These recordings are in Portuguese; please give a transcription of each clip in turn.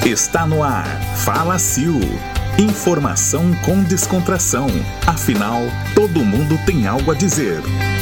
Está no ar. Fala Sil. Informação com descontração. Afinal, todo mundo tem algo a dizer.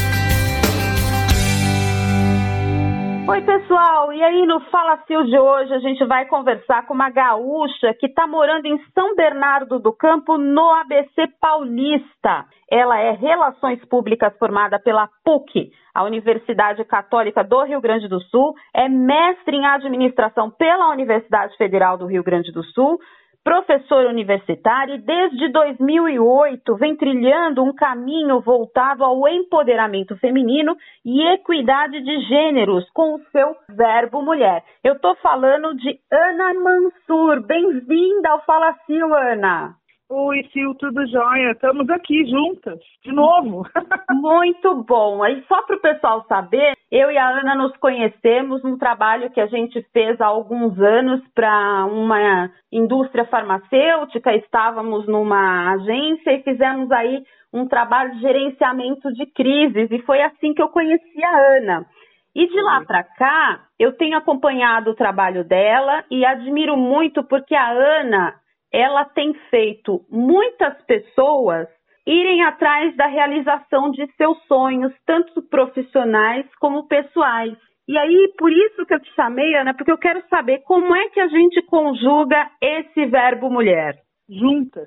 Oi, pessoal. E aí, no Fala Sil de hoje, a gente vai conversar com uma gaúcha que está morando em São Bernardo do Campo, no ABC Paulista. Ela é Relações Públicas formada pela PUC, a Universidade Católica do Rio Grande do Sul, é mestre em Administração pela Universidade Federal do Rio Grande do Sul, professora universitária e desde 2008 vem trilhando um caminho voltado ao empoderamento feminino e equidade de gêneros com o seu Verbo Mulher. Eu estou falando de Ana Mansur. Bem-vinda ao Fala Sil, Ana. Oi, Sil, tudo jóia? Estamos aqui juntas, de novo. Muito bom. Aí, só para o pessoal saber, eu e a Ana nos conhecemos num trabalho que a gente fez há alguns anos para uma indústria farmacêutica. Estávamos numa agência e fizemos aí um trabalho de gerenciamento de crises. E foi assim que eu conheci a Ana. E de lá para cá, eu tenho acompanhado o trabalho dela e admiro muito porque a Ana, ela tem feito muitas pessoas irem atrás da realização de seus sonhos, tanto profissionais como pessoais. E aí, por isso que eu te chamei, Ana, porque eu quero saber como é que a gente conjuga esse verbo mulher. Juntas.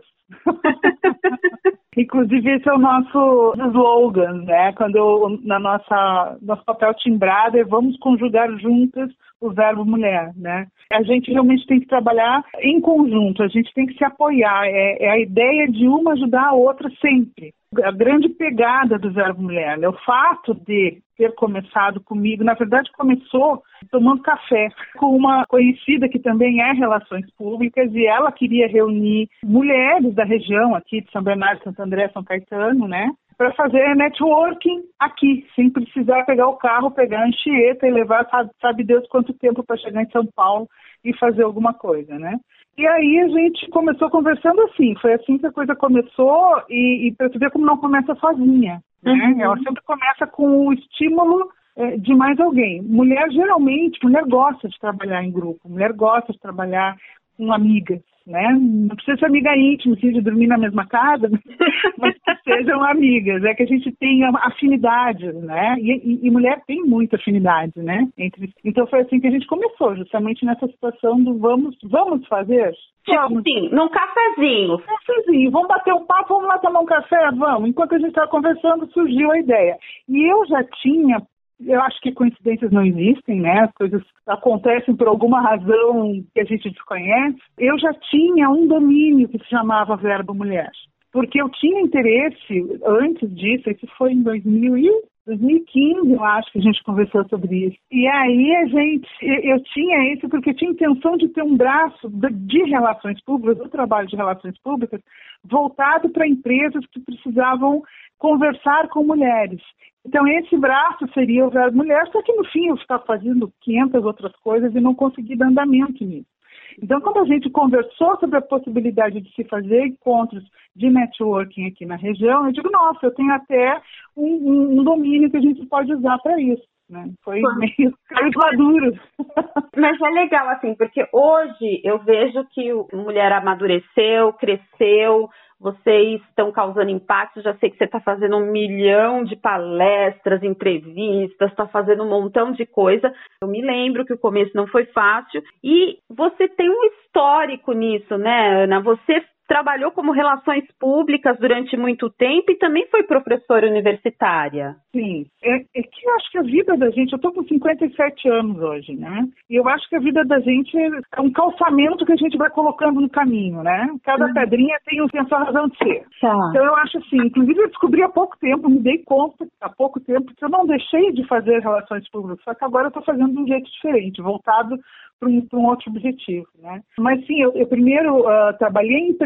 Inclusive, esse é o nosso slogan, né? Quando nosso papel timbrado é vamos conjugar juntas o verbo mulher, né? A gente realmente tem que trabalhar em conjunto, a gente tem que se apoiar, é a ideia de uma ajudar a outra sempre. A grande pegada do verbo mulher, né? O fato de ter começado comigo, na verdade começou tomando café com uma conhecida que também é Relações Públicas e ela queria reunir mulheres da região aqui de São Bernardo, Santo André, São Caetano, né? Para fazer networking aqui, sem precisar pegar o carro, pegar a Anchieta e levar sabe Deus quanto tempo para chegar em São Paulo e fazer alguma coisa, né? E aí a gente começou conversando assim, foi assim que a coisa começou e para você ver como não começa sozinha, né? Uhum. Ela sempre começa com o estímulo de mais alguém. Mulher gosta de trabalhar em grupo, mulher gosta de trabalhar com amigas, né? Não precisa ser amiga íntima, de dormir na mesma casa, mas que sejam amigas, que a gente tenha afinidade, né? E mulher tem muita afinidade, né? Então foi assim que a gente começou, justamente nessa situação do vamos fazer? Tipo assim, num cafezinho. Vamos bater um papo, vamos lá tomar um café? Vamos. Enquanto a gente estava conversando, surgiu a ideia. E eu já tinha... Eu acho que coincidências não existem, né? As coisas acontecem por alguma razão que a gente desconhece. Eu já tinha um domínio que se chamava Verbo Mulher. Porque eu tinha interesse, antes disso, isso foi em 2015, eu acho que a gente conversou sobre isso. E aí eu tinha isso porque eu tinha intenção de ter um braço de relações públicas, do trabalho de relações públicas, voltado para empresas que precisavam conversar com mulheres. Então, esse braço seria o verbo mulher, só que no fim eu ficava fazendo 500 outras coisas e não consegui dar andamento nisso. Então, quando a gente conversou sobre a possibilidade de se fazer encontros de networking aqui na região, eu digo, nossa, eu tenho até um domínio que a gente pode usar para isso. Né? Foi meio maduro. Mas é legal, assim, porque hoje eu vejo que a mulher amadureceu, cresceu, vocês estão causando impacto, já sei que você está fazendo 1 milhão de palestras, entrevistas, está fazendo um montão de coisa. Eu me lembro que o começo não foi fácil e você tem um histórico nisso, né, Ana? Você trabalhou como Relações Públicas durante muito tempo e também foi professora universitária. Sim, é que eu acho que a vida da gente, eu estou com 57 anos hoje, né? E eu acho que a vida da gente é um calçamento que a gente vai colocando no caminho, né? Cada pedrinha tem a sua razão de ser. Tá. Então eu acho assim, inclusive eu descobri há pouco tempo, me dei conta há pouco tempo que eu não deixei de fazer Relações Públicas, só que agora eu estou fazendo de um jeito diferente, voltado para um outro objetivo, né? Mas sim, eu primeiro trabalhei em empresas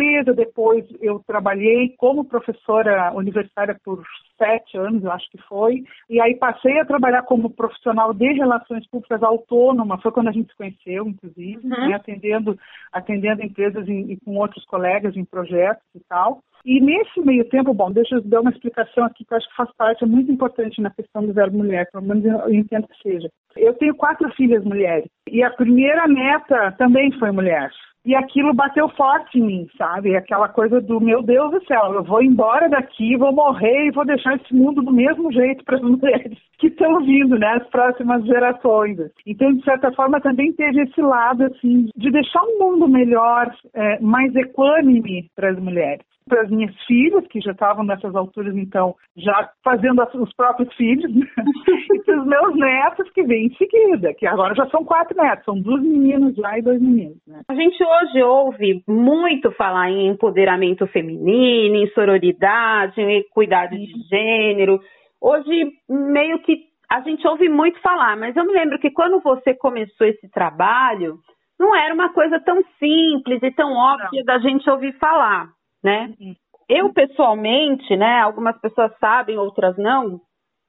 empresa, depois eu trabalhei como professora universitária por 7 anos, eu acho que foi, e aí passei a trabalhar como profissional de relações públicas autônoma, foi quando a gente se conheceu, inclusive, né, atendendo empresas e com outros colegas em projetos e tal. E nesse meio tempo, bom, deixa eu dar uma explicação aqui que eu acho que faz parte, é muito importante na questão do verbo mulher, pelo menos eu entendo que seja. Eu tenho 4 filhas mulheres, e a primeira neta também foi mulher. E aquilo bateu forte em mim, sabe? Aquela coisa do, meu Deus do céu, eu vou embora daqui, vou morrer e vou deixar esse mundo do mesmo jeito para as mulheres que estão vindo, né? As próximas gerações. Então, de certa forma, também teve esse lado, assim, de deixar um mundo melhor, mais equânime para as mulheres. Para as minhas filhas, que já estavam nessas alturas, então, já fazendo os próprios filhos, né? E para os meus netos, que vêm em seguida, que agora já são 4 netos, são 2 meninos já e 2 meninos, né? A gente hoje ouve muito falar em empoderamento feminino, em sororidade, em equidade de gênero. Hoje, meio que a gente ouve muito falar, mas eu me lembro que quando você começou esse trabalho, não era uma coisa tão simples e tão óbvia da gente ouvir falar, né? Eu, pessoalmente, né, algumas pessoas sabem, outras não,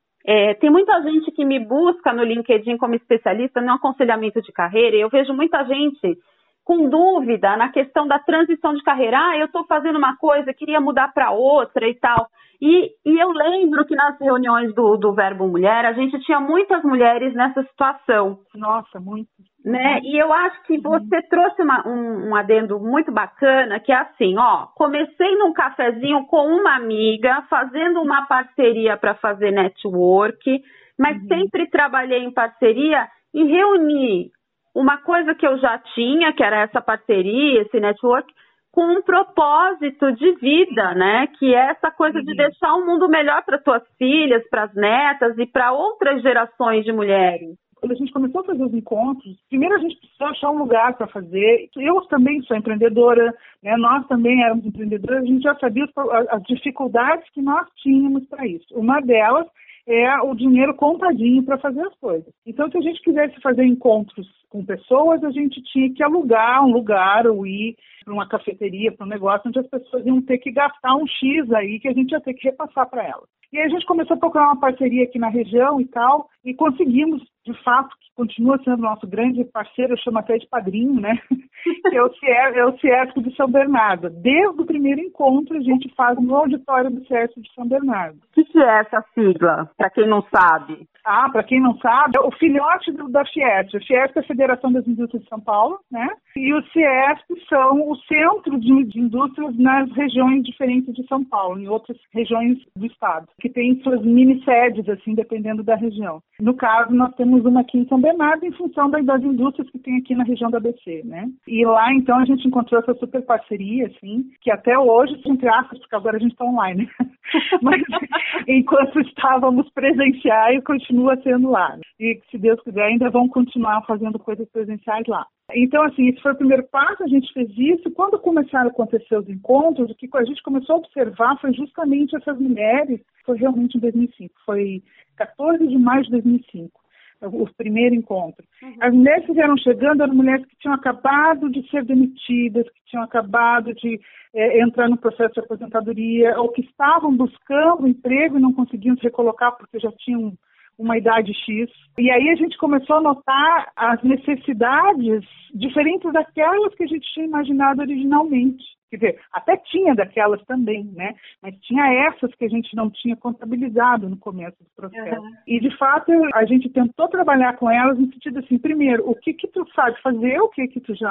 tem muita gente que me busca no LinkedIn como especialista no aconselhamento de carreira, e eu vejo muita gente com dúvida na questão da transição de carreira. Eu estou fazendo uma coisa, queria mudar para outra e tal. E eu lembro que nas reuniões do Verbo Mulher, a gente tinha muitas mulheres nessa situação. Nossa, muito. Né? E eu acho que você trouxe um adendo muito bacana, que é assim, comecei num cafezinho com uma amiga, fazendo uma parceria para fazer network, mas sempre trabalhei em parceria e reuni uma coisa que eu já tinha, que era essa parceria, esse network, com um propósito de vida, né? Que é essa coisa de deixar um mundo melhor para tuas filhas, para as netas e para outras gerações de mulheres. Quando a gente começou a fazer os encontros, primeiro a gente precisou achar um lugar para fazer. Eu também sou empreendedora, né? Nós também éramos empreendedoras, a gente já sabia as dificuldades que nós tínhamos para isso. Uma delas é o dinheiro contadinho para fazer as coisas. Então, se a gente quisesse fazer encontros com pessoas, a gente tinha que alugar um lugar ou ir para uma cafeteria, para um negócio onde as pessoas iam ter que gastar um X aí que a gente ia ter que repassar para elas. E aí a gente começou a procurar uma parceria aqui na região e tal, e conseguimos, de fato, que continua sendo nosso grande parceiro, eu chamo até de padrinho, né? Que é o CIESP de São Bernardo. Desde o primeiro encontro, a gente faz no auditório do CIESP de São Bernardo. O que é essa sigla, para quem não sabe? Para quem não sabe, é o filhote da Fiesp. A Fiesp é a Federação das Indústrias de São Paulo, né? E o CIESP são o centro de indústrias nas regiões diferentes de São Paulo, em outras regiões do estado, que tem suas mini-sedes, assim, dependendo da região. No caso, nós temos uma aqui em São Bernardo, em função das indústrias que tem aqui na região da ABC, né? E lá, então, a gente encontrou essa super parceria, assim, que até hoje, entre aspas, porque agora a gente está online, né? Mas enquanto estávamos presenciais, continua sendo lá. E, se Deus quiser, ainda vão continuar fazendo coisas presenciais lá. Então, assim, esse foi o primeiro passo, a gente fez isso. Quando começaram a acontecer os encontros, o que a gente começou a observar foi justamente essas mulheres, foi realmente em 2005, foi 14 de maio de 2005. O primeiro encontro. As mulheres que vieram chegando eram mulheres que tinham acabado de ser demitidas, que tinham acabado de entrar no processo de aposentadoria, ou que estavam buscando emprego e não conseguiam se recolocar porque já tinham uma idade X. E aí a gente começou a notar as necessidades diferentes daquelas que a gente tinha imaginado originalmente. Quer dizer, até tinha daquelas também, né? Mas tinha essas que a gente não tinha contabilizado no começo do processo. E, de fato, a gente tentou trabalhar com elas no sentido assim, primeiro, o que tu sabe fazer, o que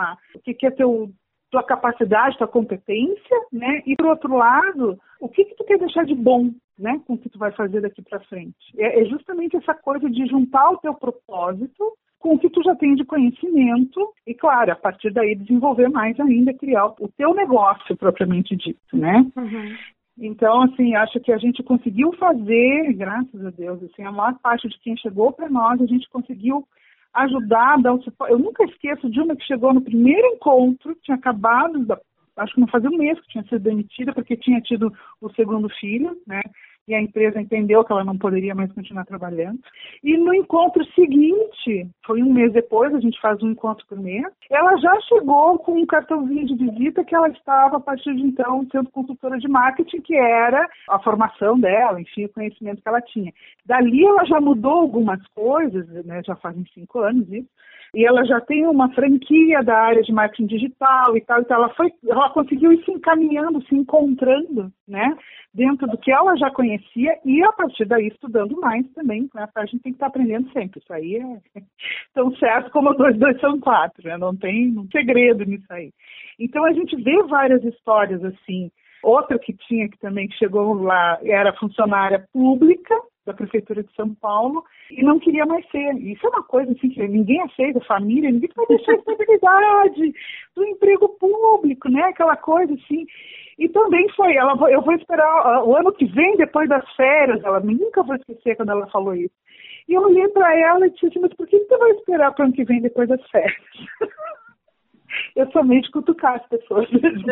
é tua capacidade, tua competência, né? E, por outro lado, o que tu quer deixar de bom, né? Com o que tu vai fazer daqui para frente. É justamente essa coisa de juntar o teu propósito com o que tu já tem de conhecimento e, claro, a partir daí desenvolver mais ainda, criar o teu negócio propriamente dito, né? Então, assim, acho que a gente conseguiu fazer, graças a Deus, assim, a maior parte de quem chegou para nós, a gente conseguiu ajudar, dar um suporte. Eu nunca esqueço de uma que chegou no primeiro encontro, tinha acabado, acho que não fazia um mês que tinha sido demitida, porque tinha tido o segundo filho, né? e a empresa entendeu que ela não poderia mais continuar trabalhando. E no encontro seguinte, foi um mês depois, a gente faz um encontro por mês, ela já chegou com um cartãozinho de visita que ela estava, a partir de então, sendo consultora de marketing, que era a formação dela, enfim, o conhecimento que ela tinha. Dali ela já mudou algumas coisas, né, já fazem 5 anos isso, e ela já tem uma franquia da área de marketing digital e tal, então ela conseguiu ir se encaminhando, se encontrando, né, dentro do que ela já conhecia e a partir daí estudando mais também, né, a gente tem que estar aprendendo sempre, isso aí é tão certo como 2 são 4, né, não tem segredo nisso aí. Então a gente vê várias histórias assim. Outra que também chegou lá era funcionária pública da Prefeitura de São Paulo e não queria mais ser. Isso é uma coisa assim que ninguém aceita, família, ninguém vai deixar a estabilidade do emprego público, né? Aquela coisa assim. E também foi, eu vou esperar o ano que vem, depois das férias, ela nunca vou esquecer quando ela falou isso. E eu olhei para ela e disse assim, mas por que você vai esperar para o ano que vem, depois das férias? Eu sou meio de cutucar as pessoas.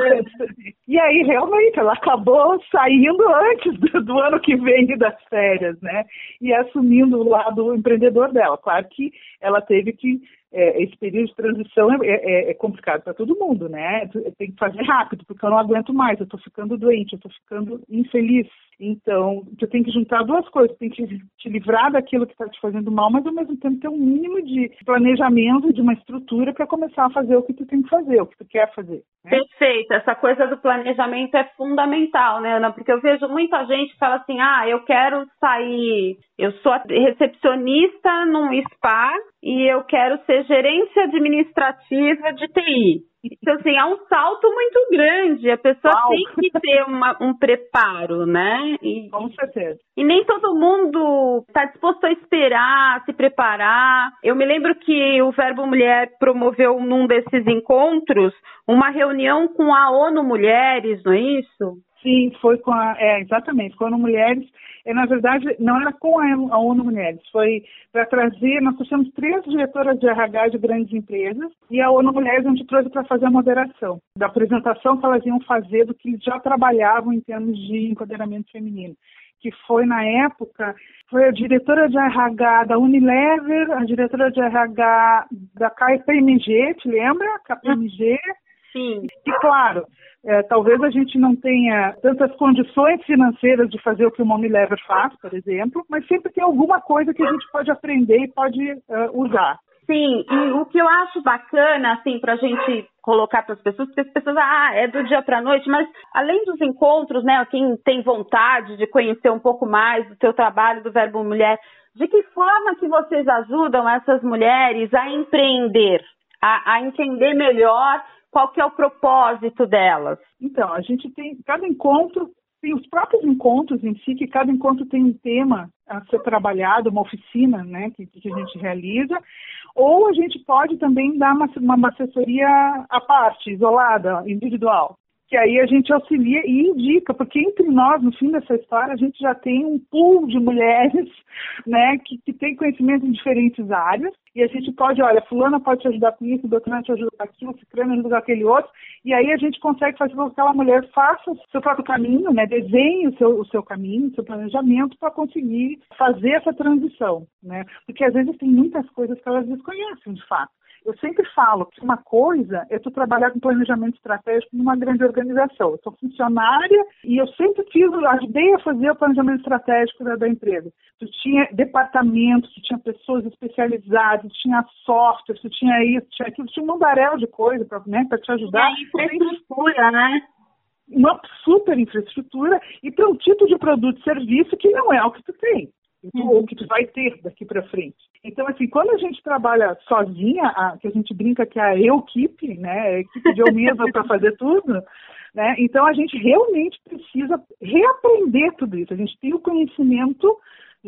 E aí, realmente, ela acabou saindo antes do ano que vem das férias, né? E assumindo o lado empreendedor dela. Claro que ela teve que... esse período de transição é complicado para todo mundo, né? Tem que fazer rápido, porque eu não aguento mais, eu estou ficando doente, eu estou ficando infeliz. Então, tu tem que juntar 2 coisas, tem que te livrar daquilo que está te fazendo mal, mas ao mesmo tempo ter um mínimo de planejamento, de uma estrutura para começar a fazer o que tu tem que fazer, o que tu quer fazer. Né? Perfeito, essa coisa do planejamento é fundamental, né, Ana? Porque eu vejo muita gente que fala assim, eu quero sair, eu sou recepcionista num spa e eu quero ser gerência administrativa de TI. Então, assim, é um salto muito grande. A pessoa tem que ter um preparo, né? Com certeza. E nem todo mundo está disposto a esperar, se preparar. Eu me lembro que o Verbo Mulher promoveu num desses encontros uma reunião com a ONU Mulheres, não é isso? Sim, foi com exatamente, com a ONU Mulheres. Na verdade, não era com a ONU Mulheres, foi para trazer, nós trouxemos 3 diretoras de RH de grandes empresas e a ONU Mulheres a gente trouxe para fazer a moderação da apresentação que elas iam fazer do que eles já trabalhavam em termos de empoderamento feminino, que foi na época, foi a diretora de RH da Unilever, a diretora de RH da KPMG, te lembra? KPMG. Sim. E claro, talvez a gente não tenha tantas condições financeiras de fazer o que o Unilever faz, por exemplo, mas sempre tem alguma coisa que a gente pode aprender e pode usar. Sim, e o que eu acho bacana, assim, para a gente colocar para as pessoas, porque as pessoas, é do dia para a noite, mas além dos encontros, né, quem tem vontade de conhecer um pouco mais do seu trabalho, do Verbo Mulher, de que forma que vocês ajudam essas mulheres a empreender, a entender melhor qual que é o propósito delas? Então, a gente tem, cada encontro, tem os próprios encontros em si, que cada encontro tem um tema a ser trabalhado, uma oficina, né, que a gente realiza, ou a gente pode também dar uma assessoria à parte, isolada, individual, que aí a gente auxilia e indica, porque entre nós, no fim dessa história, a gente já tem um pool de mulheres, né, que tem conhecimento em diferentes áreas, e a gente pode, olha, fulana pode te ajudar com isso, doutorante te ajuda com aquilo, ciclano ajuda com aquele outro, e aí a gente consegue fazer com que aquela mulher faça o seu próprio caminho, né, desenhe o seu caminho, o seu planejamento para conseguir fazer essa transição, né, porque às vezes tem muitas coisas que elas desconhecem, de fato. Eu sempre falo que uma coisa é tu trabalhar com planejamento estratégico numa grande organização. Eu sou funcionária e eu sempre ajudei a fazer o planejamento estratégico da empresa. Tu tinha departamentos, tu tinha pessoas especializadas, tu tinha software, tu tinha isso, tinha aquilo, tinha um mundaréu de coisa para te ajudar. É infraestrutura, né? Uma super infraestrutura e para um tipo de produto e serviço que não é o que tu tem. Ou que tu vai ter daqui para frente. Então, assim, quando a gente trabalha sozinha, que a gente brinca que é a equipe, né, a equipe de eu mesma para fazer tudo, né, então a gente realmente precisa reaprender tudo isso. A gente tem o conhecimento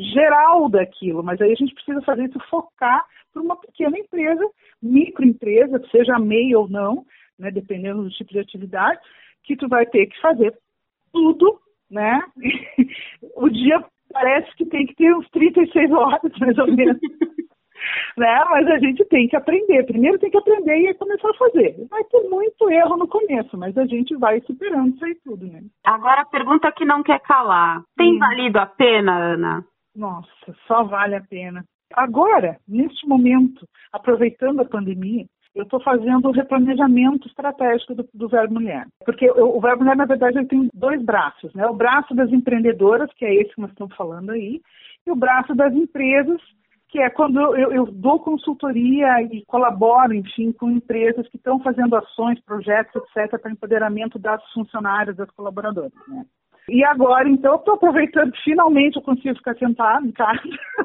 geral daquilo, mas aí a gente precisa fazer isso focar para uma pequena empresa, microempresa, seja MEI ou não, né, dependendo do tipo de atividade, que tu vai ter que fazer tudo, né, o dia parece que tem que ter uns 36 horas, mais ou menos, Né? Mas a gente tem que aprender. Primeiro tem que aprender e começar a fazer. Vai ter muito erro no começo, mas a gente vai superando isso aí tudo, né? Agora a pergunta que não quer calar. Tem valido a pena, Ana? Nossa, só vale a pena. Agora, neste momento, aproveitando a pandemia, eu estou fazendo o replanejamento estratégico do Verbo Mulher. Porque o Verbo Mulher, na verdade, ele tem dois braços, né? O braço das empreendedoras, que é esse que nós estamos falando aí, e o braço das empresas, que é quando eu dou consultoria e colaboro, enfim, com empresas que estão fazendo ações, projetos, etc., para empoderamento das funcionárias, das colaboradoras, né? E agora, então, eu estou aproveitando, finalmente eu consigo ficar sentada em casa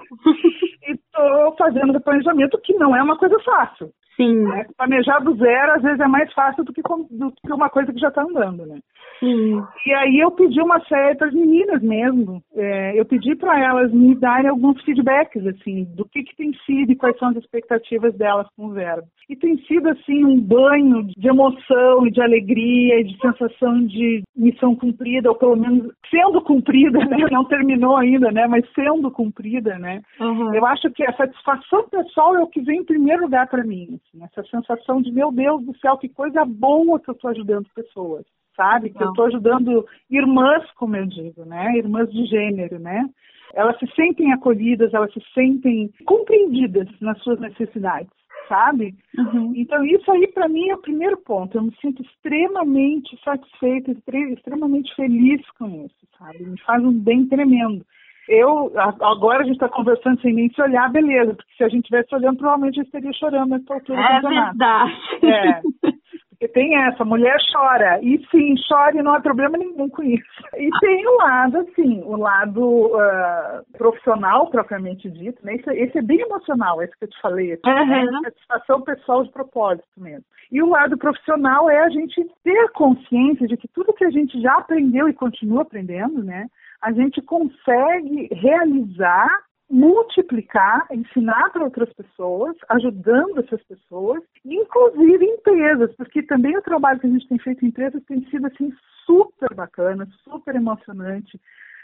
e estou fazendo o planejamento, que não é uma coisa fácil. Sim. Né? Planejar do zero, às vezes, é mais fácil do que uma coisa que já está andando, né? Sim. E aí eu pedi uma série para as meninas mesmo, eu pedi para elas me darem alguns feedbacks, assim, do que tem sido e quais são as expectativas delas com o Verbo. E tem sido, assim, um banho de emoção e de alegria e de sensação de missão cumprida, ou pelo menos sendo cumprida, né? Não terminou ainda, né? Mas sendo cumprida, né? Uhum. Eu acho que a satisfação pessoal é o que vem em primeiro lugar para mim, assim, essa sensação de, meu Deus do céu, que coisa boa que eu estou ajudando pessoas. Sabe? Que eu estou ajudando irmãs, como eu digo, né? Irmãs de gênero, né? Elas se sentem acolhidas, elas se sentem compreendidas nas suas necessidades, sabe? Uhum. Então, isso aí, para mim, é o primeiro ponto. Eu me sinto extremamente satisfeita, extremamente feliz com isso, sabe? Me faz um bem tremendo. Agora a gente está conversando sem nem se olhar, beleza, porque se a gente estivesse olhando, provavelmente eu estaria chorando nessa altura do campeonato. Verdade. Porque tem essa, mulher chora, e sim, chora e não há problema nenhum com isso. E tem o lado, assim, o lado profissional, propriamente dito, né? Esse é bem emocional, esse que eu te falei, assim, né? Satisfação pessoal de propósito mesmo. E o lado profissional é a gente ter consciência de que tudo que a gente já aprendeu e continua aprendendo, né? A gente consegue realizar, multiplicar, ensinar para outras pessoas, ajudando essas pessoas, inclusive empresas, porque também o trabalho que a gente tem feito em empresas tem sido assim super bacana, super emocionante,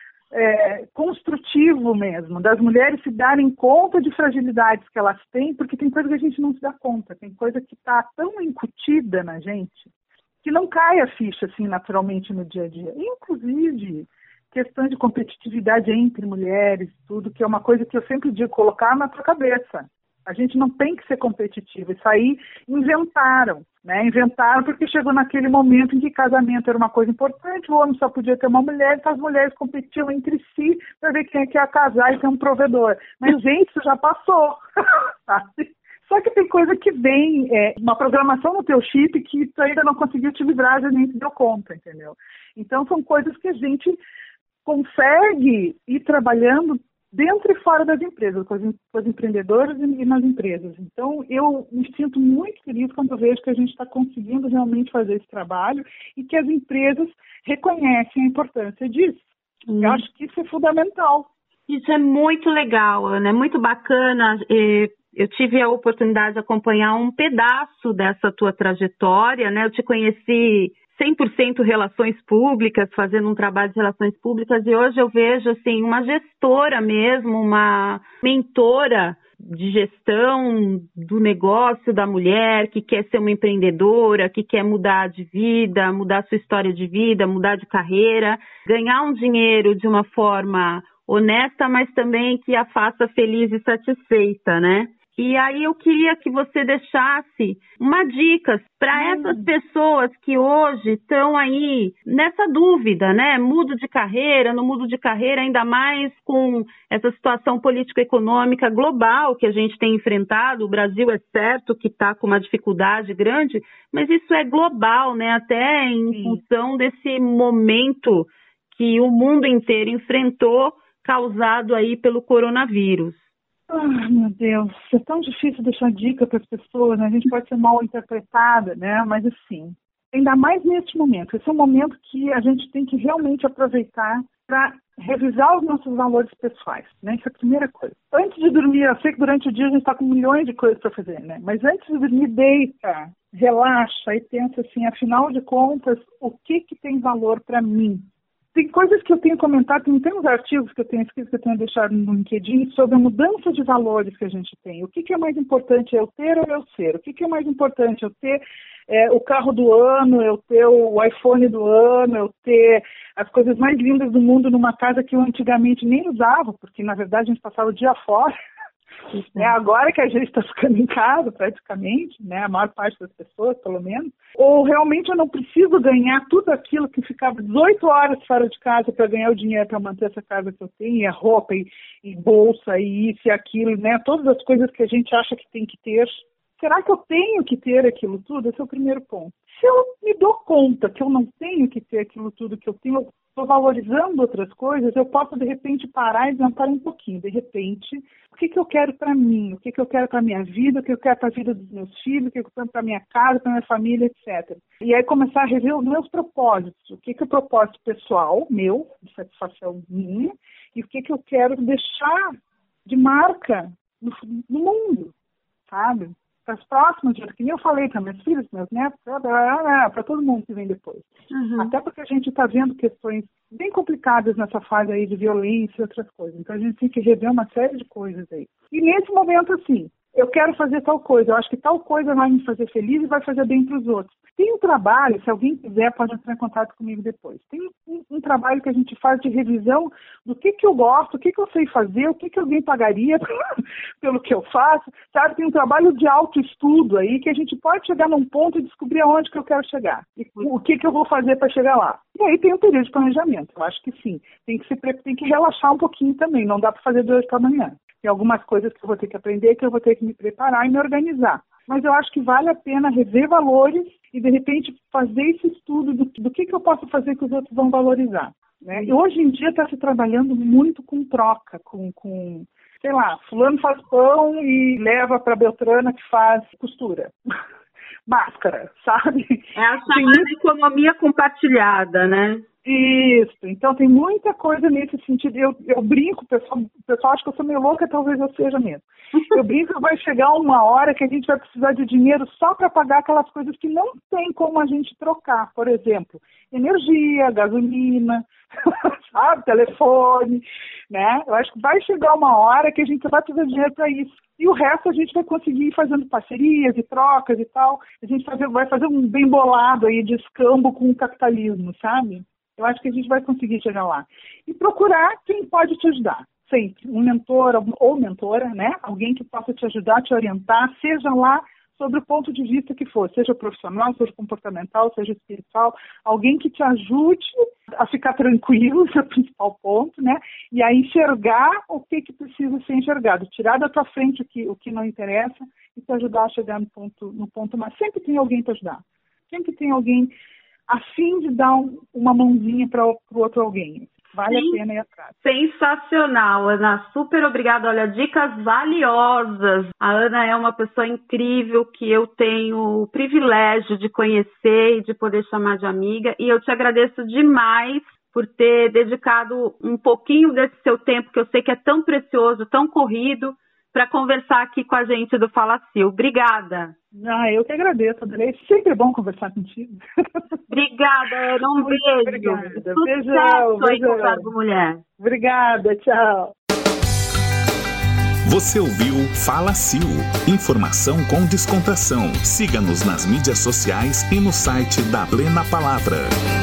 construtivo mesmo, das mulheres se darem conta de fragilidades que elas têm, porque tem coisa que a gente não se dá conta, tem coisa que está tão incutida na gente que não cai a ficha assim naturalmente no dia a dia, inclusive questão de competitividade entre mulheres, tudo, que é uma coisa que eu sempre digo, colocar na tua cabeça. A gente não tem que ser competitivo. Isso aí inventaram, né? Inventaram porque chegou naquele momento em que casamento era uma coisa importante, o homem só podia ter uma mulher, então as mulheres competiam entre si para ver quem é que ia casar e ter um provedor. Mas, gente, isso já passou. Só que tem coisa que vem, uma programação no teu chip que tu ainda não conseguiu te livrar, já nem te deu conta, entendeu? Então, são coisas que a gente consegue ir trabalhando dentro e fora das empresas, com as empreendedoras e nas empresas. Então, eu me sinto muito feliz quando eu vejo que a gente está conseguindo realmente fazer esse trabalho e que as empresas reconhecem a importância disso. Eu acho que isso é fundamental. Isso é muito legal, Ana, é muito bacana. Eu tive a oportunidade de acompanhar um pedaço dessa tua trajetória, né? Eu te conheci 100% relações públicas, fazendo um trabalho de relações públicas, e hoje eu vejo assim, uma gestora mesmo, uma mentora de gestão do negócio da mulher, que quer ser uma empreendedora, que quer mudar de vida, mudar sua história de vida, mudar de carreira, ganhar um dinheiro de uma forma honesta, mas também que a faça feliz e satisfeita, né? E aí eu queria que você deixasse uma dica para essas pessoas que hoje estão aí nessa dúvida, né? Mudo de carreira, não mudo de carreira, ainda mais com essa situação político-econômica global que a gente tem enfrentado. O Brasil é certo que está com uma dificuldade grande, mas isso é global, né? Até em função desse momento que o mundo inteiro enfrentou, causado aí pelo coronavírus. Meu Deus, é tão difícil deixar dica para as pessoas, né? A gente pode ser mal interpretada, né? Mas assim, ainda mais neste momento. Esse é um momento que a gente tem que realmente aproveitar para revisar os nossos valores pessoais, né? Isso é a primeira coisa. Antes de dormir, eu sei que durante o dia a gente está com milhões de coisas para fazer, né? Mas antes de dormir, deita, relaxa e pensa assim, afinal de contas, o que tem valor para mim? Tem coisas que eu tenho comentado, tem uns artigos que eu tenho escrito, que eu tenho deixado no LinkedIn sobre a mudança de valores que a gente tem. O que é mais importante, eu ter ou eu ser? O que é mais importante, eu ter o carro do ano, eu ter o iPhone do ano, eu ter as coisas mais lindas do mundo numa casa que eu antigamente nem usava, porque na verdade a gente passava o dia fora. Agora que a gente está ficando em casa, praticamente, né, a maior parte das pessoas, pelo menos, ou realmente eu não preciso ganhar tudo aquilo que ficava 18 horas fora de casa para ganhar o dinheiro para manter essa casa que eu tenho, e a roupa, e bolsa, e isso e aquilo, né, todas as coisas que a gente acha que tem que ter. Será que eu tenho que ter aquilo tudo? Esse é o primeiro ponto. Se eu me dou conta que eu não tenho que ter aquilo tudo que eu tenho, estou valorizando outras coisas, eu posso, de repente, parar e dizer, um pouquinho. De repente, o que eu quero para mim? O que eu quero para a minha vida? O que eu quero para a vida dos meus filhos? O que eu quero para a minha casa, para a minha família, etc. E aí começar a rever os meus propósitos. O que é o propósito pessoal, meu, de satisfação minha, e o que eu quero deixar de marca no mundo, sabe? Para as próximas, que nem eu falei para meus filhos, meus netos, para todo mundo que vem depois. Uhum. Até porque a gente está vendo questões bem complicadas nessa fase aí de violência e outras coisas. Então a gente tem que rever uma série de coisas aí. E nesse momento, assim, eu quero fazer tal coisa, eu acho que tal coisa vai me fazer feliz e vai fazer bem para os outros. Tem um trabalho, se alguém quiser, pode entrar em contato comigo depois. Tem um trabalho que a gente faz de revisão do que eu gosto, o que eu sei fazer, o que alguém pagaria pelo que eu faço, sabe? Tem um trabalho de autoestudo aí que a gente pode chegar num ponto e descobrir aonde que eu quero chegar e o que eu vou fazer para chegar lá. E aí tem um período de planejamento, eu acho que sim. Tem que relaxar um pouquinho também, não dá para fazer de hoje para amanhã. Tem algumas coisas que eu vou ter que aprender, que eu vou ter que me preparar e me organizar. Mas eu acho que vale a pena rever valores e, de repente, fazer esse estudo do que eu posso fazer que os outros vão valorizar. Né? E hoje em dia está se trabalhando muito com troca, com sei lá, fulano faz pão e leva para Beltrana que faz costura. Máscara, sabe? É a chamada economia compartilhada, né? Isso, então tem muita coisa nesse sentido. Eu brinco, o pessoal acha que eu sou meio louca, talvez eu seja mesmo. Eu brinco que vai chegar uma hora que a gente vai precisar de dinheiro só para pagar aquelas coisas que não tem como a gente trocar. Por exemplo, energia, gasolina, sabe, telefone, né? Eu acho que vai chegar uma hora que a gente vai precisar de dinheiro para isso. E o resto a gente vai conseguir ir fazendo parcerias e trocas e tal. A gente vai fazer um bem bolado aí de escambo com o capitalismo, sabe? Eu acho que a gente vai conseguir chegar lá. E procurar quem pode te ajudar. Sempre. Um mentor ou mentora, né? Alguém que possa te ajudar, te orientar, seja lá sobre o ponto de vista que for. Seja profissional, seja comportamental, seja espiritual. Alguém que te ajude a ficar tranquilo, esse é o principal ponto, né? E a enxergar o que precisa ser enxergado. Tirar da tua frente o que não interessa e te ajudar a chegar no ponto mais. Sempre tem alguém para ajudar. Sempre tem alguém a fim de dar uma mãozinha para o outro alguém. Vale a pena ir atrás. Sensacional, Ana. Super obrigada. Olha, dicas valiosas. A Ana é uma pessoa incrível que eu tenho o privilégio de conhecer e de poder chamar de amiga. E eu te agradeço demais por ter dedicado um pouquinho desse seu tempo, que eu sei que é tão precioso, tão corrido, para conversar aqui com a gente do Fala Sil. Obrigada. Eu que agradeço, Adelaide. Sempre é bom conversar contigo. Obrigada, Ana. Um beijo. Obrigada. Beijão. Aí com Cargo Mulher. Obrigada, tchau. Você ouviu Fala Sil. Informação com descontração. Siga-nos nas mídias sociais e no site da Plena Palavra.